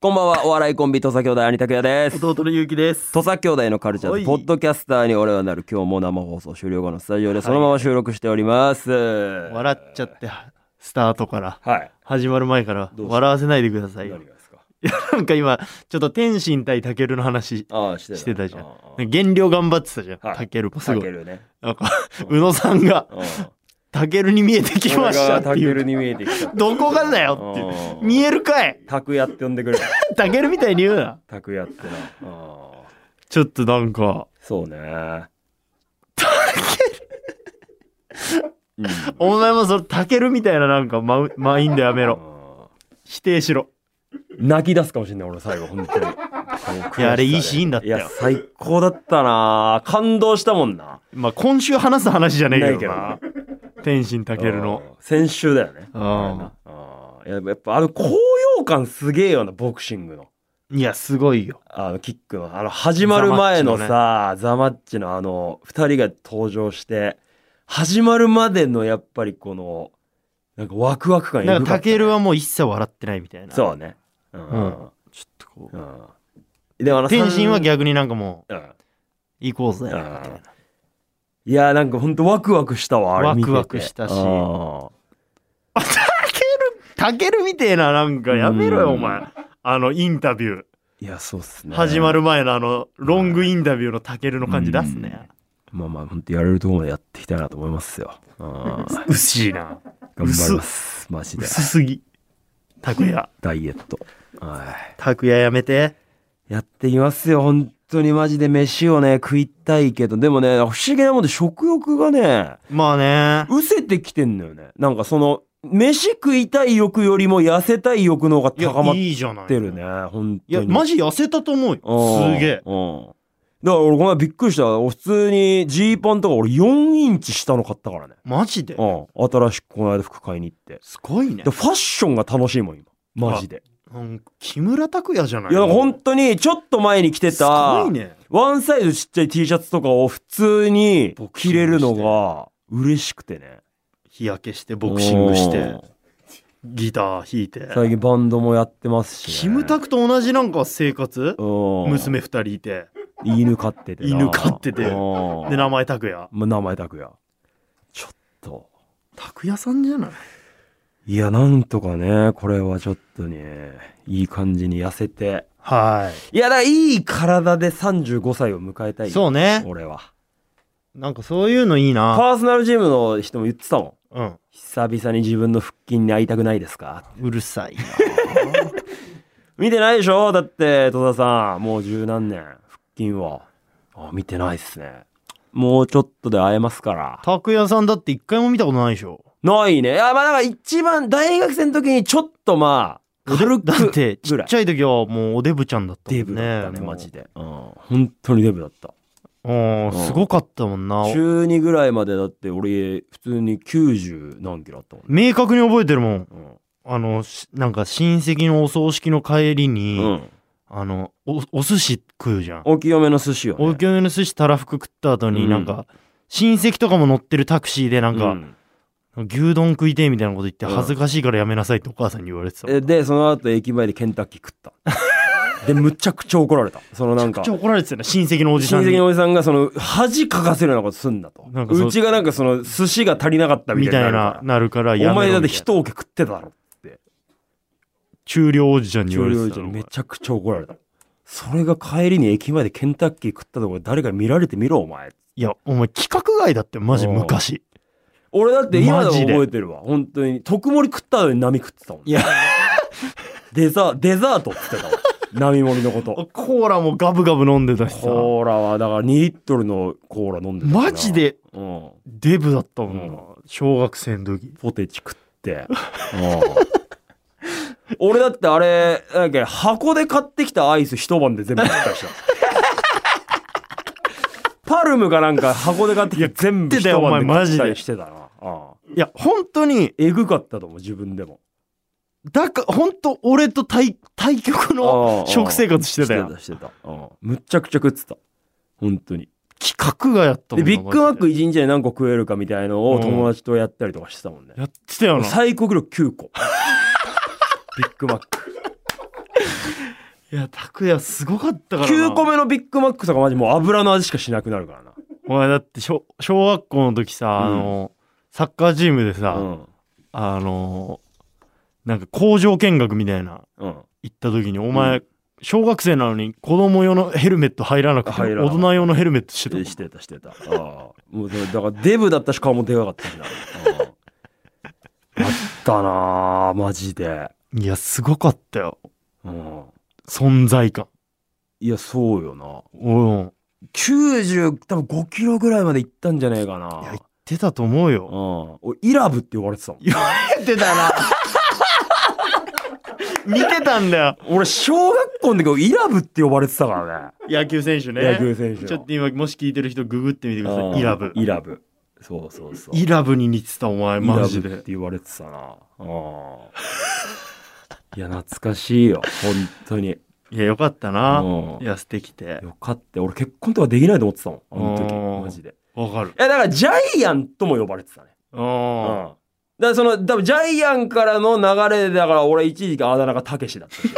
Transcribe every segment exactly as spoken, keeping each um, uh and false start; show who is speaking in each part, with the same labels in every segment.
Speaker 1: こんばんは、お笑いコンビ土佐兄弟兄拓也です。
Speaker 2: 弟のゆうきです。
Speaker 1: 土佐兄弟のカルチャーズポッドキャスターに俺はなる。今日も生放送終了後のスタジオでそのまま収録しております、
Speaker 2: はい、笑っちゃってスタートから、
Speaker 1: はい、
Speaker 2: 始まる前から笑わせないでくださいよ。何がですか？いやなんか今ちょっと天心対タケルの話してた、してたじゃん。減量頑張ってたじゃん、はい、タケルもすごいタケルね、なんか宇野さんがタケルに見えてきましたっていう。タケルに見えてきた。どこがだよっていう。見えるかい。
Speaker 1: タクヤって呼んでくれ。
Speaker 2: タケルみたいに言うな。
Speaker 1: タクヤってな。あ
Speaker 2: ちょっとなんか。
Speaker 1: そうね。
Speaker 2: タケル、うん、お前もそのタケルみたいななんかマ、マインドやめろ。否定しろ。
Speaker 1: 泣き出すかもしれない俺最後本当に。
Speaker 2: いやあれいいシーンだったよ。いや
Speaker 1: 最高だったな。感動したもんな。
Speaker 2: まあ今週話す話じゃねえけどな。天心たけるの
Speaker 1: 先週だよね。
Speaker 2: あ
Speaker 1: あやっぱあの高揚感すげえよな、ボクシングの。
Speaker 2: いやすごいよ。
Speaker 1: あのキックのあの始まる前のさザマッチのあのふたりが登場して始まるまでのやっぱりこのなんかワクワク感。
Speaker 2: なんかたけるはもう一切笑ってないみたいな。
Speaker 1: そうね、うん、
Speaker 2: うん、ちょっとこう、
Speaker 1: うん、でもあの
Speaker 2: 天心は逆になんかもう、うん、行こうぜみたい
Speaker 1: な。いやーなんかほんとワクワクしたわあれ見てて。
Speaker 2: ワクワクしたし、たけるたけるみてえななんかやめろよお前。あのインタビュー、
Speaker 1: いやそうっすね、
Speaker 2: 始まる前のあのロングインタビューのたけるの感じ出すね。
Speaker 1: まあまあほんとやれるところまでやっていきたいなと思いますよ。
Speaker 2: 薄しいな。
Speaker 1: 頑張りますマジで。
Speaker 2: 薄すぎ。たくや
Speaker 1: ダイエット
Speaker 2: たくややめて
Speaker 1: やっていきますよ。本当にマジで飯をね食いたいけど、でもね不思議なもんで食欲がね
Speaker 2: まあね
Speaker 1: 失せてきてんのよね。なんかその飯食いたい欲よりも痩せたい欲の方が高まってるね。いいじゃない本当に。
Speaker 2: いやマジ痩せたと思うよ。すげえ。
Speaker 1: うんだから俺この前びっくりした。普通にジーパンとか俺よんインチ下の買ったからね。
Speaker 2: マジで？
Speaker 1: うん新しくこの間服買いに行って。
Speaker 2: すごいね。
Speaker 1: ファッションが楽しいもん今マジで。
Speaker 2: 木村拓哉じゃない？
Speaker 1: いや本当にちょっと前に着てた
Speaker 2: すごいね
Speaker 1: ワンサイズちっちゃい T シャツとかを普通に着れるのが嬉しくてね。
Speaker 2: 日焼けしてボクシングしてギター弾いて
Speaker 1: 最近バンドもやってますし、ね、
Speaker 2: キムタクと同じなんか生活。娘ふたりいて
Speaker 1: 犬飼ってて
Speaker 2: 犬飼っててで名前拓哉、
Speaker 1: ま、名前拓哉。ちょっと
Speaker 2: 拓哉さんじゃない？
Speaker 1: いやなんとかねこれはちょっとねいい感じに痩せて、
Speaker 2: はい
Speaker 1: いやだいい体でさんじゅうごさいを迎えたい。
Speaker 2: そうね
Speaker 1: 俺は
Speaker 2: なんかそういうのいいな。
Speaker 1: パーソナルジムの人も言ってたもん、
Speaker 2: うん、
Speaker 1: 久々に自分の腹筋に会いたくないですか。
Speaker 2: うるさいな
Speaker 1: 見てないでしょだって戸田さんもう十何年腹筋は。あ見てないっすね。もうちょっとで会えますから。
Speaker 2: 拓哉さんだって一回も見たことないでしょ。
Speaker 1: ないね。いやまあなんか一番大学生の時にちょっとまあ軽く
Speaker 2: だってちっちゃい時はもうおデブちゃんだったもんね。
Speaker 1: デブだったねマジで。うん本当にデブだった。
Speaker 2: うんすごかったもんな。
Speaker 1: 中にぐらいまでだって俺普通にきゅうじゅう何キロあったもん、
Speaker 2: ね、明確に覚えてるもん、うん、あのなんか親戚のお葬式の帰りに、うん、あの お, お寿司食うじゃん。
Speaker 1: お清めの寿司を、ね、
Speaker 2: お清めの寿司たらふく食った後に、うん、なんか親戚とかも乗ってるタクシーでなんか、うん、牛丼食いてえみたいなこと言って恥ずかしいからやめなさいってお母さんに言われてた、うん、
Speaker 1: でその後駅前でケンタッキー食ったでむちゃくちゃ怒られた。そのなんか
Speaker 2: めちゃくちゃ怒られてたよね親戚のおじさんに。
Speaker 1: 親戚のおじさんがその恥かかせるようなことすんだと。なんかうちがなんかその寿司が足りなかったみたいな
Speaker 2: なるから
Speaker 1: お前だって一桶食ってただろって
Speaker 2: 中量おじちゃんに言われてた。
Speaker 1: 中量おじちゃんにめちゃくちゃ怒られた。それが帰りに駅前でケンタッキー食ったところ誰か見られてみろお前。
Speaker 2: いやお前規格外だってマジ昔。
Speaker 1: 俺だって今でも覚えてるわ本当に。特盛り食ったのに波食ってたもん。
Speaker 2: いや
Speaker 1: デザデザートって言ってたもん並盛りのこと。
Speaker 2: コーラもガブガブ飲んでたしさ。
Speaker 1: コーラはだからにリットルのコーラ飲んでたな。
Speaker 2: マジで、うん、デブだったもんな、うん、小学生の時
Speaker 1: ポテチ食って俺だってあれなんか箱で買ってきたアイス一晩で全部食ったりしたパルムがなんか箱で買ってきて全部一晩で食ったりしてたな。ああ
Speaker 2: いや本当に
Speaker 1: エグかったと思う自分でも。
Speaker 2: だから本当俺と 対, 対極の食生活してたよ。
Speaker 1: してたしてた。むっちゃくちゃ食ってた本当に。
Speaker 2: 規格がやったもん
Speaker 1: でビッグマックいちにちで何個食えるかみたいのを友達とやったりとかしてたもんね。
Speaker 2: やってたよな。
Speaker 1: 最高記録きゅうこビッグマック
Speaker 2: いや拓也すごかったからな。
Speaker 1: きゅうこめのビッグマックとかマジもう油の味しかしなくなるからな。
Speaker 2: お前だって小小学校の時さ、うん、あのサッカーチームでさ、うん、あのなんか工場見学みたいな、うん、行った時にお前、うん、小学生なのに子供用のヘルメット入らなくて大人用のヘルメットしてた。
Speaker 1: してたしてた。ああもうだからデブだったし顔もでかかったしな。あったなマジで。
Speaker 2: いやすごかったよ、うん、存在感。
Speaker 1: いやそうよな。うんきゅうじゅう多分ごキロぐらいまで行ったんじゃねえかな。
Speaker 2: いや行ってたと思うよ。
Speaker 1: うん俺イラブって呼ばれてたもん。
Speaker 2: 言われてたな。見てたんだよ。
Speaker 1: 俺小学校の時イラブって呼ばれてたからね。
Speaker 2: 野球選手ね。
Speaker 1: 野球選手。
Speaker 2: ちょっと今もし聞いてる人ググってみてください。イラブ。
Speaker 1: イラブ。そうそうそう。
Speaker 2: イラブに似てたお前マジで。
Speaker 1: イラブって言われてたな。あいや懐かしいよ本当に。
Speaker 2: いやよかったな。いや素敵て。
Speaker 1: よかった。俺結婚とかできないと思ってたもんあの時マジで。
Speaker 2: わかる。
Speaker 1: いやだからジャイアンとも呼ばれてたね。うん。だからその多分ジャイアンからの流れだから俺一時期あだ名がたけしだったし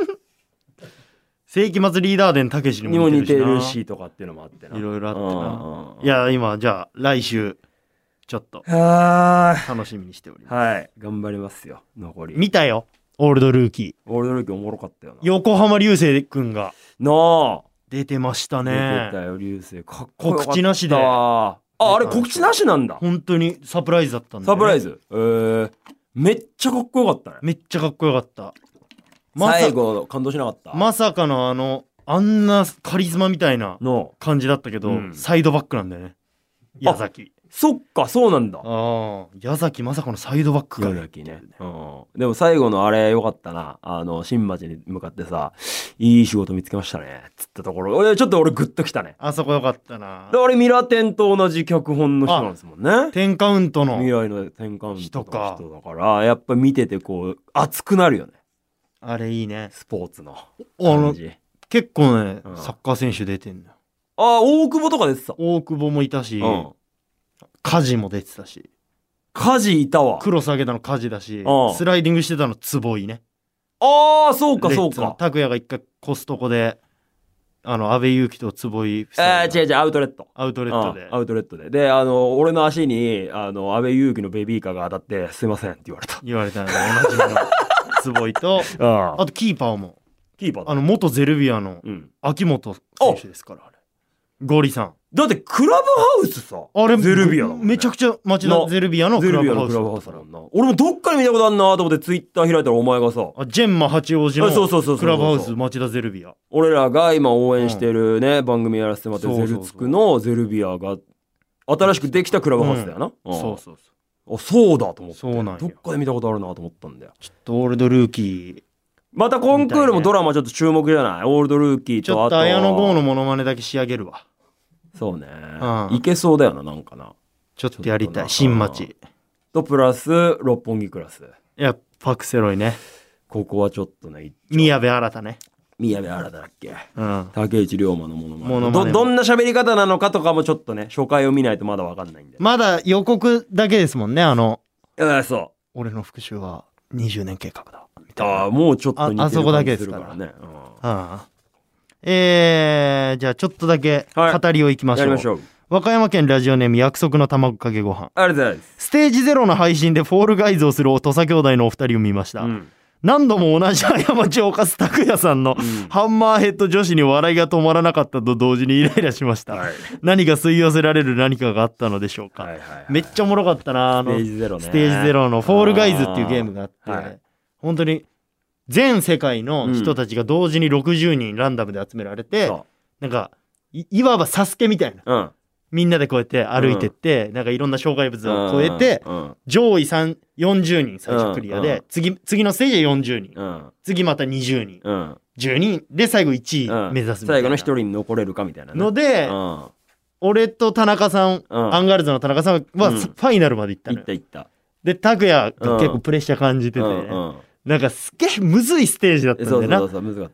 Speaker 2: 世紀末リーダー伝たけしにも似てるしな。
Speaker 1: にも似てるしとかっていうのもあってな。
Speaker 2: いろいろあってな。いや今じゃあ来週ちょっと楽しみにしております。
Speaker 1: はい頑張りますよ残り。
Speaker 2: 見たよオールドルーキー。
Speaker 1: オールドルーキーおもろかったよな。
Speaker 2: 横浜流星くんが
Speaker 1: なあ
Speaker 2: 出てましたね。
Speaker 1: 出てたよ流星かっこよかった。
Speaker 2: 告知なしで。
Speaker 1: あ、あれ告知なしなんだ。
Speaker 2: 本当にサプライズだったんだ、ね、
Speaker 1: サプライズ。えー、めっちゃかっこよかったね。
Speaker 2: めっちゃかっこよかった。
Speaker 1: ま、最後感動しなかった。
Speaker 2: まさかのあのあんなカリスマみたいな感じだったけど、うん、サイドバックなんだよね。矢崎。
Speaker 1: そっかそうなんだ。
Speaker 2: ああ矢崎まさかのサイドバックか。
Speaker 1: 矢崎ね。うん。でも最後のあれよかったな。あの新町に向かってさ、いい仕事見つけましたね。つったところ、俺ちょっと俺グッときたね。
Speaker 2: あそこよかったな。
Speaker 1: であれミラテンと同じ脚本の人なんですもんね。
Speaker 2: テンカウントの
Speaker 1: 未来のテンカウントの人だからやっぱ見ててこう熱くなるよね。
Speaker 2: あれいいね。
Speaker 1: スポーツの感じ。
Speaker 2: 結構ね、うん、サッカー選手出てんだよ。
Speaker 1: ああ大久保とか出てた。
Speaker 2: 大久保もいたし。うん梶も出てたし。
Speaker 1: 梶いたわ。
Speaker 2: クロス上げたの梶だし、スライディングしてたの坪井ね。
Speaker 1: ああそうかそうか。
Speaker 2: 拓也が一回コストコであの阿部勇樹と坪井夫妻
Speaker 1: が。えー、違う違うアウトレット。
Speaker 2: アウトレットで。
Speaker 1: アウトレットで。であの俺の足にあの阿部勇樹のベビーカーが当たってすいませんって言われた。
Speaker 2: 言われたの同じの坪井とあ, あとキーパーも
Speaker 1: キーパー
Speaker 2: あの元ゼルビアの秋元選手ですから、あれゴリさん。
Speaker 1: だってクラブハウスさ
Speaker 2: あれ
Speaker 1: ゼルビアだもん、
Speaker 2: ね、めちゃくちゃ町田ゼルビアのクラブハウスだ
Speaker 1: もんな。俺もどっかで見たことあんなと思ってツイッター開いたらお前がさ
Speaker 2: あジェンマ八王子のクラブハウス町田ゼルビア。
Speaker 1: 俺らが今応援してるね、うん、番組やらせてもらってるゼルツクのゼルビアが新しくできたクラブハウスだよな、うんうん、
Speaker 2: そうそう
Speaker 1: そうあそうだと思って。
Speaker 2: そうなんや。
Speaker 1: どっかで見たことあるなと思ったんだよ。
Speaker 2: ちょっとオールドルーキー
Speaker 1: またコンクールもドラマちょっと注目じゃない。オールドルーキーと
Speaker 2: ちょっと綾野剛のモノマネだけ仕上げるわ。
Speaker 1: そうね、うん、いけそうだよな。なんかな
Speaker 2: ちょっとやりたい。新町
Speaker 1: とプラス六本木クラス。
Speaker 2: いやパクセロイね。
Speaker 1: ここはちょっとね
Speaker 2: 宮部新ね。
Speaker 1: 宮部新だっけ、
Speaker 2: うん、
Speaker 1: 竹内涼真のものまね ど, どんな喋り方なのかとかもちょっとね初回を見ないとまだ分かんないんで。
Speaker 2: まだ予告だけですもんね。あの
Speaker 1: あそう
Speaker 2: 俺の復讐はにじゅうねん計画だみ
Speaker 1: たいな。ああもうちょっと似てる感じするからね。あ, あそこだけですからね、うん
Speaker 2: はあ、えー、じゃあちょっとだけ語りをいきましょう、はい、やりましょう。和歌山県ラジオネーム約束の卵かけご飯。
Speaker 1: ありがとうございます。
Speaker 2: ステージゼロの配信でフォールガイズをする土佐兄弟のお二人を見ました、うん、何度も同じ過ちを犯す拓也さんの、うん、ハンマーヘッド女子に笑いが止まらなかったと同時にイライラしました、はい、何か吸い寄せられる何かがあったのでしょうか、はいはいはい、めっちゃおもろかったな。あのステージゼロね。ステージゼロのフォールガイズっていうゲームがあって、はい、本当に全世界の人たちが同時にろくじゅうにんランダムで集められて、うん、なんか い, いわばサスケみたいな、うんみんなでこうやって歩いてって、うん、なんかいろんな障害物を越えて、うん、上位よんじゅうにん最初クリアで、うん、次, 次のステージはよんじゅうにん、うん、次またにじゅうにん、うん、じゅうにんで最後いちい目指すみたいな、
Speaker 1: 最後のひとりに残れるかみたいな、ね、
Speaker 2: ので、うん、俺と田中さん、うん、アンガールズの田中さんは、うん、ファイナルまで行ったのよ。
Speaker 1: 行った行った。
Speaker 2: で拓也が結構プレッシャー感じてて、ねうんうん、なんかすっげえむずいステージだったんだよな。
Speaker 1: そうそうそうむずかった。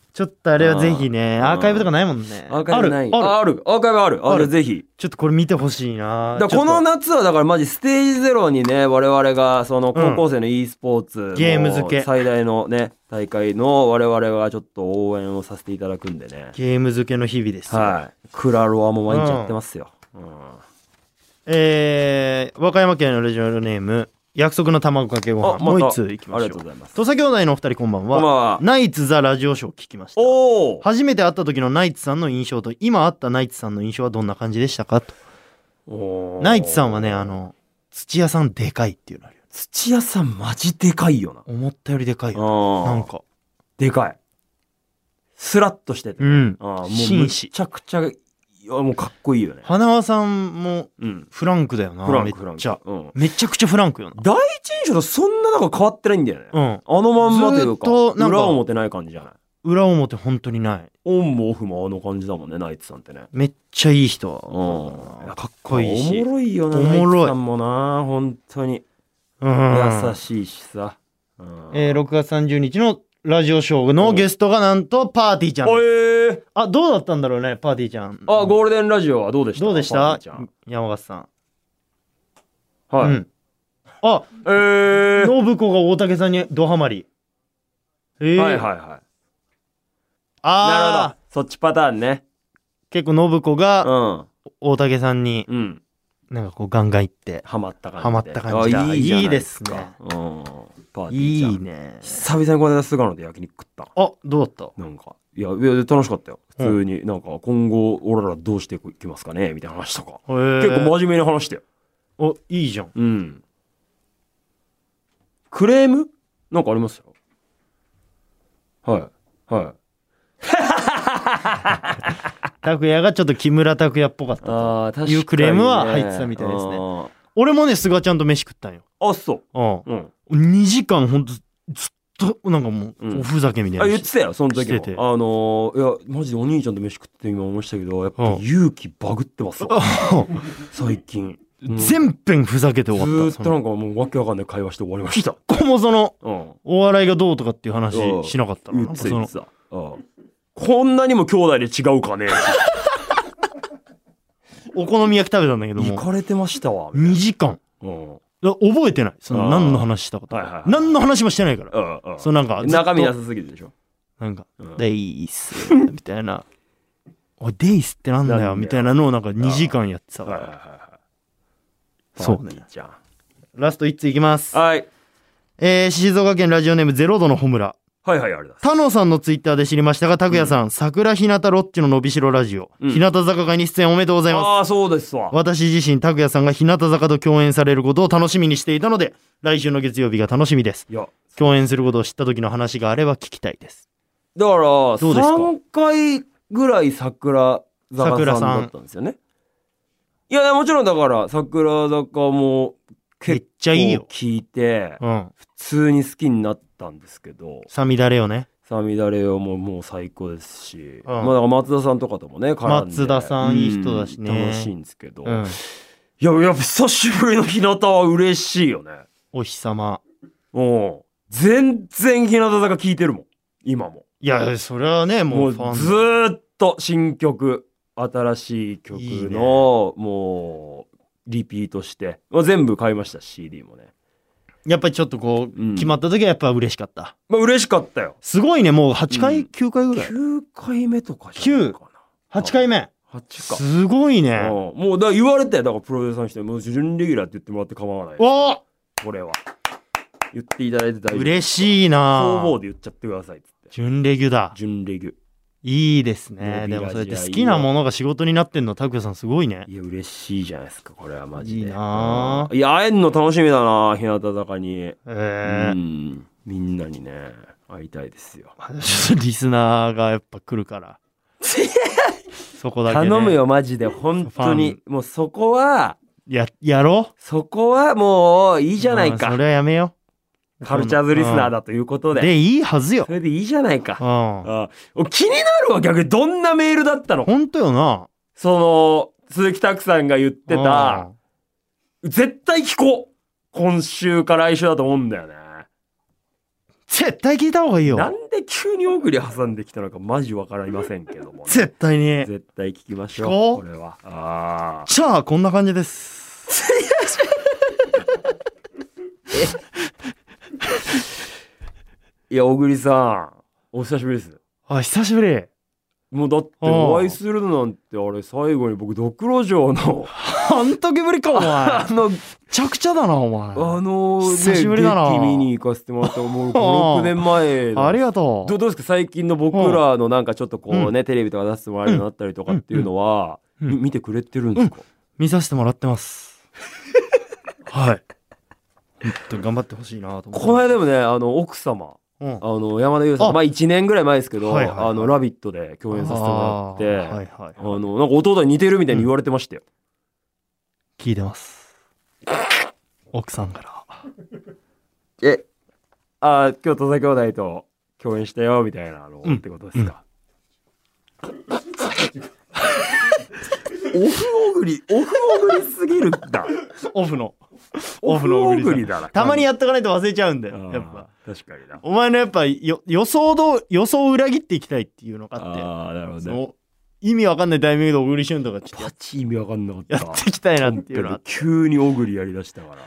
Speaker 2: ちょっとあれはぜひね、アーカイブとかないもんね。
Speaker 1: アーカイブない。ある。アーカイブある。ある。ぜひ。
Speaker 2: ちょっとこれ見てほしいな。
Speaker 1: だこの夏はだからマジステージゼロにね、我々がその高校生の e スポーツ、
Speaker 2: ゲーム付け
Speaker 1: 最大のね、大会の我々がちょっと応援をさせていただくんでね。
Speaker 2: ゲーム付けの日々ですよ。
Speaker 1: はい。クラロワも毎日やってますよ。うん。
Speaker 2: えー、和歌山県のラジオネーム、約束の卵かけご飯、もう一通いきましょう。
Speaker 1: ありがとうございます。
Speaker 2: 土佐兄弟のお二人こんばんは。
Speaker 1: こんばんは。
Speaker 2: ナイツザラジオショー聞きました。
Speaker 1: おー。
Speaker 2: 初めて会った時のナイツさんの印象と今会ったナイツさんの印象はどんな感じでしたかと。
Speaker 1: おー。
Speaker 2: ナイツさんはね、あの土屋さんでかいっていうのあるよ。
Speaker 1: 土屋さんマジでかいよな。
Speaker 2: 思ったよりでかいよな。なんか
Speaker 1: でかい。スラッとしてて、
Speaker 2: うん、
Speaker 1: あもうめちゃくちゃもうかっこいいよね。
Speaker 2: 花輪さんもフランクだよな。
Speaker 1: フランク
Speaker 2: めっ
Speaker 1: フランク
Speaker 2: ちゃ、
Speaker 1: うん、
Speaker 2: めちゃくちゃフランクよな。
Speaker 1: 第一印象とそんななんか変わってないんだよね。
Speaker 2: うん、
Speaker 1: あのまんまというか、
Speaker 2: ずっとなんか
Speaker 1: 裏表ない感じじゃない。
Speaker 2: 裏表本当にない。
Speaker 1: オンもオフもあの感じだもんね、ナイツさんってね。
Speaker 2: めっちゃいい人。
Speaker 1: うん、
Speaker 2: かっこいいし。
Speaker 1: おもろいよな、
Speaker 2: おもろい。
Speaker 1: ナイツさんもな、本当に。
Speaker 2: うん、
Speaker 1: 優しいしさ。
Speaker 2: うん、えー、ろくがつさんじゅうにちのラジオショーのゲストがなんとパーティーちゃんです。
Speaker 1: えー、
Speaker 2: あ、どうだったんだろうね、パーティーちゃん。
Speaker 1: あ、ゴールデンラジオはどうでした？
Speaker 2: どうでした山形さん。
Speaker 1: はい。うん、
Speaker 2: あ、えー、信子が大竹さんにドハマり。
Speaker 1: えー、はいはいはい。
Speaker 2: ああ、
Speaker 1: なるほど。そっちパターンね。
Speaker 2: 結構信子が大竹さんに、うん、なんかこうガンガンいって
Speaker 1: ハマった感じで。
Speaker 2: ハマった感じがいいじゃないですか。
Speaker 1: うん。パーティーちゃん
Speaker 2: いいね。
Speaker 1: 久々にこの間菅野で焼肉食った。
Speaker 2: あ、どうだった？
Speaker 1: なんかいやいや楽しかったよ。普通に、うん、なんか今後俺らどうしていきますかねみたいな話とか。結構真面目に話してよ。
Speaker 2: お、いいじゃん。
Speaker 1: うん。クレームなんかありますよ。はいはい。
Speaker 2: 拓哉がちょっと木村拓哉っぽかったというクレームは入ってたみたいですね。俺もね、菅ちゃんと飯食ったんよ。
Speaker 1: あ、そう。
Speaker 2: うん。にじかんほんとずっとなんかもうおふざけみたいな、
Speaker 1: うん、あ、言ってたよその時も。
Speaker 2: てて
Speaker 1: あのー、いやマジでお兄ちゃんと飯食って今思いましたけど、やっぱ勇気バグってますわ最近。
Speaker 2: うん、全編ふざけて終わった。
Speaker 1: ずーっとなんかもうわけわかんない会話して終わりました。
Speaker 2: ここもその、うん、お笑いがどうとかっていう話しなかったの。
Speaker 1: 言ってた言ってた。こんなにも兄弟で違うかね
Speaker 2: お好み焼き食べたんだけども
Speaker 1: 行かれてましたわ
Speaker 2: にじかん、うん、覚えてない。その何の話したかとか、はいはいはい、何の話もしてないから、うんうん、そのなんか
Speaker 1: 中身なさすぎるでしょ。なんか、
Speaker 2: うん、デイスみたいなおいデイスってなんだよみたいなのをなんかにじかんやってたから、はいはいはい、そうね。じゃあラストいっついきます。
Speaker 1: はい、
Speaker 2: えー、静岡県ラジオネームゼロ度のホムラ。
Speaker 1: はいはい、あれだ。
Speaker 2: 田野さんのツイッターで知りましたが、拓也さん、うん、桜日向ロッチののびしろラジオ、うん、日向坂会に出演おめでとうございます。
Speaker 1: ああ、そうですわ。
Speaker 2: 私自身、拓也さんが日向坂と共演されることを楽しみにしていたので、来週の月曜日が楽しみです。いや、共演することを知った時の話があれば聞きたいです。
Speaker 1: だから、どうですか？さんかいぐらい桜坂さんだったんですよね。いや、もちろんだから、桜坂も結構聞いて、うん、普通に好きになったんですけど、
Speaker 2: さみだれよね。
Speaker 1: さみだれよももう最高ですし、うん、まあだから松田さんとかともね絡んで、
Speaker 2: 松田さんいい人だしね、
Speaker 1: 楽しいんですけど、うん、いややっぱ久しぶりの日向は嬉しいよね。
Speaker 2: お日様。
Speaker 1: うん全然日向坂聴いてるもん今も。
Speaker 2: いやそれはねもう
Speaker 1: もうずーっと新曲新しい曲のいい、ね、もうリピートして、まあ、全部買いました シーディー もね。
Speaker 2: やっぱりちょっとこう、うん、決まった時はやっぱ嬉しかった。
Speaker 1: まあ嬉しかったよ。
Speaker 2: すごいね、もうはちかい、うん、きゅうかいぐらい。
Speaker 1: きゅうかいめとかじゃないかな。
Speaker 2: はちかいめ。
Speaker 1: はちか。
Speaker 2: すごいね。
Speaker 1: もうだ言われて、だからプロデューサーにして、もう準レギュラーって言ってもらって構わない。
Speaker 2: お
Speaker 1: これは。言っていただいて大丈夫。
Speaker 2: 嬉しいな。
Speaker 1: 方々で言っちゃってくださいっつって。
Speaker 2: 準レギュだ。
Speaker 1: 準レギュ。
Speaker 2: いいですね。でもそうやって好きなものが仕事になってんの拓也さんすごいね。
Speaker 1: いや嬉しいじゃないですかこれはマジで。
Speaker 2: いいな。
Speaker 1: いや会えんの楽しみだな日向坂に。
Speaker 2: えー、
Speaker 1: うんみんなにね会いたいですよ。
Speaker 2: ちょっとリスナーがやっぱ来るからそこだけ、ね、
Speaker 1: 頼むよマジで本当にもうそこは
Speaker 2: ややろう。
Speaker 1: そこはもういいじゃないか。
Speaker 2: それはやめよう。
Speaker 1: カルチャーズリスナーだということで。
Speaker 2: で、いいはずよ。
Speaker 1: それでいいじゃないか。
Speaker 2: うん、
Speaker 1: あ気になるわ、逆にどんなメールだったの？
Speaker 2: ほんとよな。
Speaker 1: その、鈴木拓さんが言ってた、絶対聞こう。今週か来週だと思うんだよね。
Speaker 2: 絶対聞いた方がいいよ。
Speaker 1: なんで急に小栗挟んできたのかマジわかりませんけども、ね、
Speaker 2: 絶対に
Speaker 1: 絶対聞きましょう。これはあ
Speaker 2: じゃあこんな感じです
Speaker 1: いや小栗さんお久しぶりです。
Speaker 2: あ久しぶり。
Speaker 1: もうだってお会いするなんてあれ最後に僕ドクロ城の
Speaker 2: あん時ぶりかお前
Speaker 1: あの
Speaker 2: めちゃくちゃだなお前。
Speaker 1: あの
Speaker 2: ね久しぶりだな。
Speaker 1: 劇見に行かせてもらったもうご、ろくねんまえ
Speaker 2: ありがとう。
Speaker 1: どうですか最近の僕らのなんかちょっとこうね、うん、テレビとか出してもらえるようになったりとかっていうのは、うんうん、見てくれてるんですか？うん、
Speaker 2: 見させてもらってますはい本当に頑張ってほしいなと思って。
Speaker 1: この間でもねあの奥様うん、あの山田優さんまあいちねんぐらい前ですけど、はいはいはい、あのラビットで共演させてもらって、あ、はいはいはい、あのなんか弟に似てるみたいに言われてましたよ、
Speaker 2: うん、聞いてます奥さんから
Speaker 1: えあ今日戸田兄弟と共演したよみたいなの、うん、ってことですか、うん、オフオグリオフオグリすぎるんだ
Speaker 2: オフの
Speaker 1: オフのオグリだな。
Speaker 2: たまにやっとかないと忘れちゃうんだよやっぱ。
Speaker 1: 確かにな。
Speaker 2: お前のやっぱよ予想ど予想を裏切っていきたいっていうのがあって。
Speaker 1: ああなるほどね。
Speaker 2: 意味わかんないタイミングで小栗旬とかちょっと
Speaker 1: パチ意味わかんなかった。
Speaker 2: やっていきたいなっていうのは。
Speaker 1: 急にオグリやりだしたから。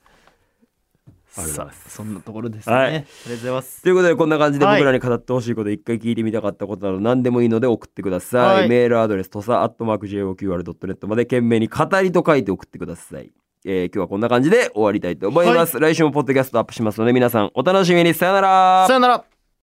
Speaker 2: さあそんなところですね、はい、ありがとうございます。
Speaker 1: ということでこんな感じで僕らに語ってほしいこと一回聞いてみたかったことなど何でもいいので送ってください、はい、メールアドレスとさアットマーク ジェイオーキューアールドットネット まで懸命に語りと書いて送ってください。えー、今日はこんな感じで終わりたいと思います、はい、来週もポッドキャストアップしますので皆さんお楽しみに。さよなら。
Speaker 2: さよなら。